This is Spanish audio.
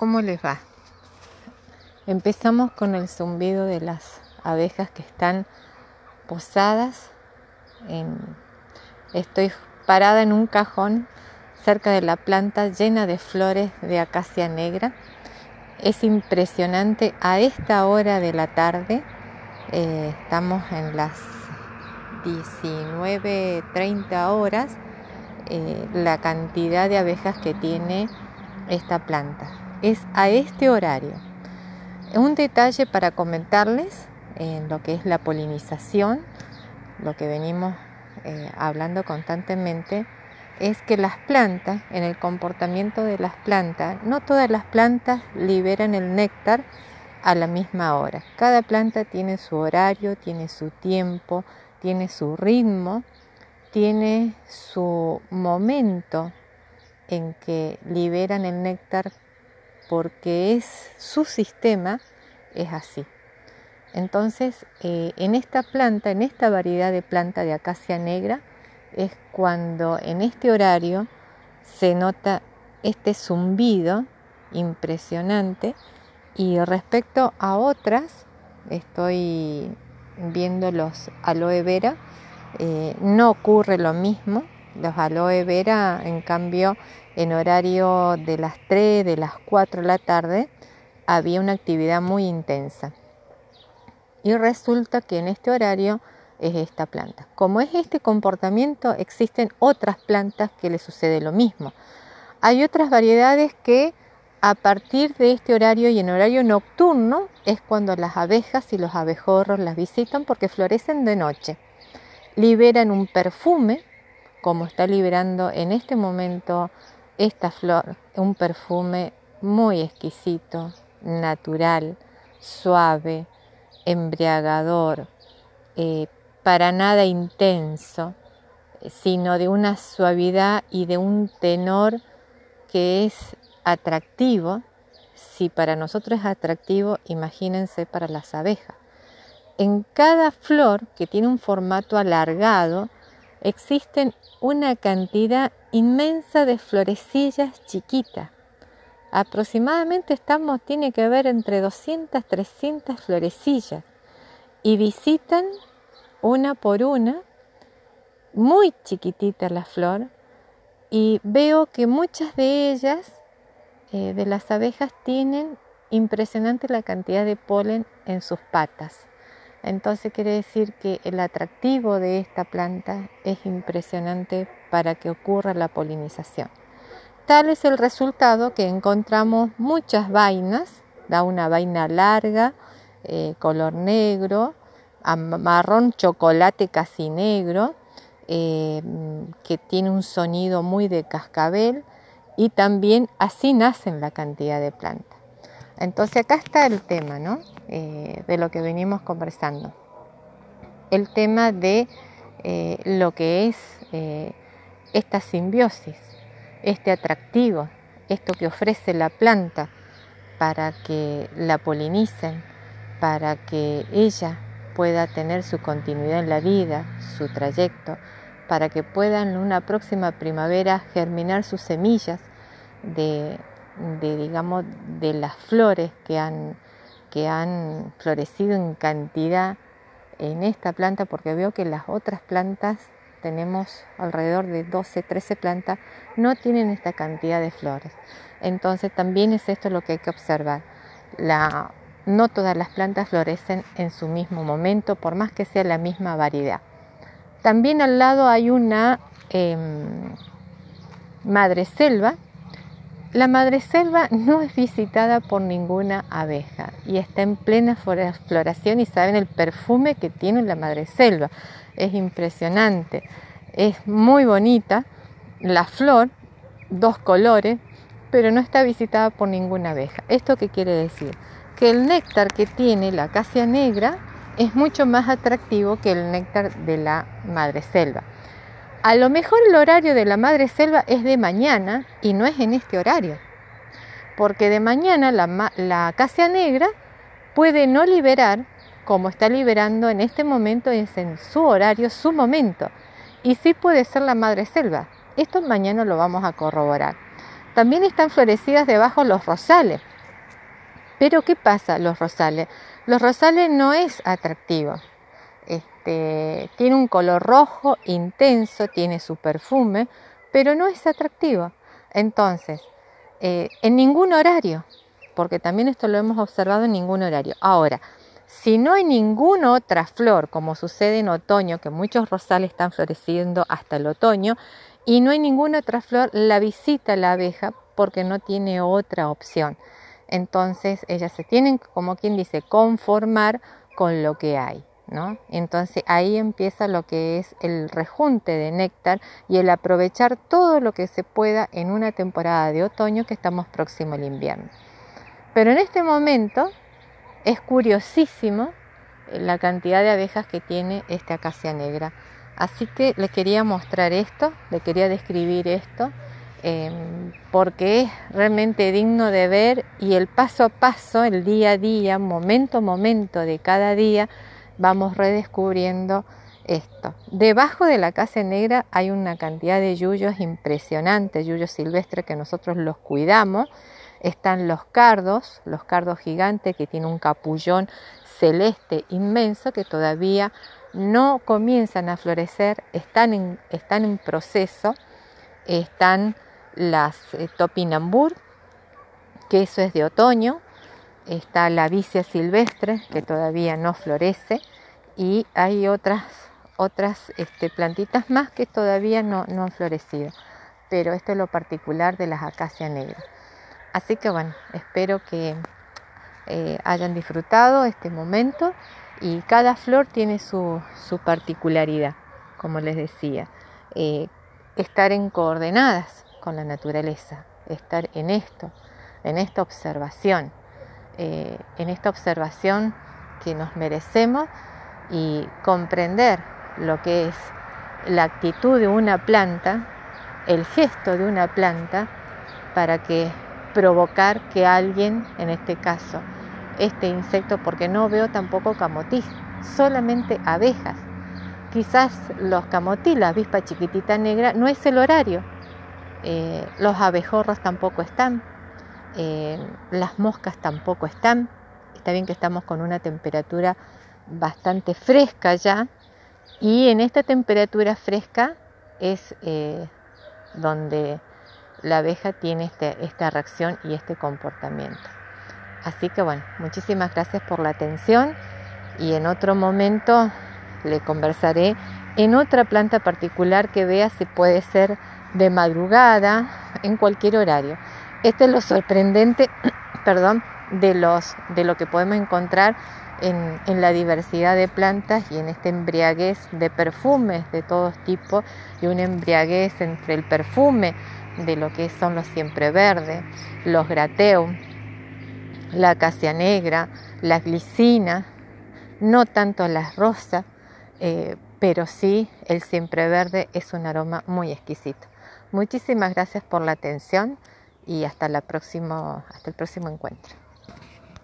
¿Cómo les va? Empezamos con el zumbido de las abejas que están posadas. Estoy parada en un cajón cerca de la planta llena de flores de acacia negra. Es impresionante a esta hora de la tarde. Estamos en las 19:30 horas. La cantidad de abejas que tiene esta planta es a este horario. Un detalle para comentarles en lo que es la polinización, lo que venimos hablando constantemente, es que las plantas, en el comportamiento de las plantas, no todas las plantas liberan el néctar a la misma hora. Cada planta tiene su horario, tiene su tiempo, tiene su ritmo, tiene su momento en que liberan el néctar, porque es su sistema, es así. Entonces, en esta planta, en esta variedad de planta de acacia negra, es cuando en este horario se nota este zumbido impresionante. Y respecto a otras, estoy viendo los aloe vera, no ocurre lo mismo. Los aloe vera, en cambio, en horario de las 3, de las 4 de la tarde, había una actividad muy intensa. Y resulta que en este horario es esta planta. Como es este comportamiento, existen otras plantas que le sucede lo mismo. Hay otras variedades que a partir de este horario y en horario nocturno es cuando las abejas y los abejorros las visitan, porque florecen de noche. Liberan un perfume, como está liberando en este momento esta flor, un perfume muy exquisito, natural, suave, embriagador, para nada intenso, sino de una suavidad y de un tenor que es atractivo. Si para nosotros es atractivo, imagínense para las abejas. En cada flor, que tiene un formato alargado, existen una cantidad inmensa de florecillas chiquitas. Aproximadamente tiene que haber entre 200, 300 florecillas. Y visitan una por una, muy chiquitita la flor, y veo que muchas de ellas, de las abejas, tienen impresionante la cantidad de polen en sus patas. Entonces quiere decir que el atractivo de esta planta es impresionante para que ocurra la polinización. Tal es el resultado que encontramos muchas vainas, da una vaina larga, color negro, marrón chocolate casi negro, que tiene un sonido muy de cascabel, y también así nacen la cantidad de plantas. Entonces acá está el tema, ¿no? De lo que venimos conversando. El tema de lo que es esta simbiosis, este atractivo, esto que ofrece la planta para que la polinicen, para que ella pueda tener su continuidad en la vida, su trayecto, para que puedan en una próxima primavera germinar sus semillas de las flores que han florecido en cantidad en esta planta, porque veo que las otras plantas, tenemos alrededor de 12, 13 plantas, no tienen esta cantidad de flores. Entonces también es esto lo que hay que observar. No todas las plantas florecen en su mismo momento, por más que sea la misma variedad. También al lado hay una madreselva. La madreselva no es visitada por ninguna abeja y está en plena floración, y saben el perfume que tiene la madreselva. Es impresionante, es muy bonita la flor, 2 colores, pero no está visitada por ninguna abeja. ¿Esto qué quiere decir? Que el néctar que tiene la acacia negra es mucho más atractivo que el néctar de la madreselva. A lo mejor el horario de la madreselva es de mañana y no es en este horario, porque de mañana la acacia negra puede no liberar como está liberando en este momento, es en su horario, su momento, y sí puede ser la madreselva. Esto mañana lo vamos a corroborar. También están florecidas debajo los rosales. Pero ¿qué pasa? Los rosales no es atractivo. Tiene un color rojo intenso, tiene su perfume, pero no es atractivo. Entonces, en ningún horario, porque también esto lo hemos observado en ningún horario. Ahora, si no hay ninguna otra flor, como sucede en otoño, que muchos rosales están floreciendo hasta el otoño, y no hay ninguna otra flor, la visita la abeja porque no tiene otra opción. Entonces ellas se tienen, como quien dice, conformar con lo que hay, ¿no? Entonces ahí empieza lo que es el rejunte de néctar y el aprovechar todo lo que se pueda en una temporada de otoño que estamos próximo al invierno. Pero en este momento es curiosísimo la cantidad de abejas que tiene esta acacia negra. Así que les quería mostrar esto, les quería describir esto, porque es realmente digno de ver y el paso a paso, el día a día, momento a momento de cada día, vamos redescubriendo esto. Debajo de la acacia negra hay una cantidad de yuyos impresionantes, yuyos silvestres que nosotros los cuidamos. Están los cardos gigantes que tienen un capullón celeste inmenso que todavía no comienzan a florecer, están en proceso. Están las topinambur, que eso es de otoño. Está la vicia silvestre, que todavía no florece, y hay otras plantitas más que todavía no han florecido. Pero esto es lo particular de las acacias negras. Así que bueno, espero que hayan disfrutado este momento y cada flor tiene su particularidad, como les decía. Estar en coordenadas con la naturaleza, estar en esta observación que nos merecemos y comprender lo que es la actitud de una planta, el gesto de una planta para que provocar que alguien, en este caso este insecto, porque no veo tampoco camotí, solamente abejas. Quizás los camotí, la avispa chiquitita negra, no es el horario. Los abejorros tampoco están, las moscas tampoco están. Está bien que estamos con una temperatura bastante fresca ya, y en esta temperatura fresca es donde la abeja tiene esta reacción y este comportamiento. Así que bueno, muchísimas gracias por la atención y en otro momento le conversaré en otra planta particular que vea si puede ser de madrugada, en cualquier horario. Este es lo sorprendente, de lo que podemos encontrar en la diversidad de plantas y en esta embriaguez de perfumes de todos tipos y una embriaguez entre el perfume de lo que son los siempreverdes, los grateum, la acacia negra, la glicina, no tanto las rosas, pero sí el siempreverde es un aroma muy exquisito. Muchísimas gracias por la atención y hasta el próximo encuentro.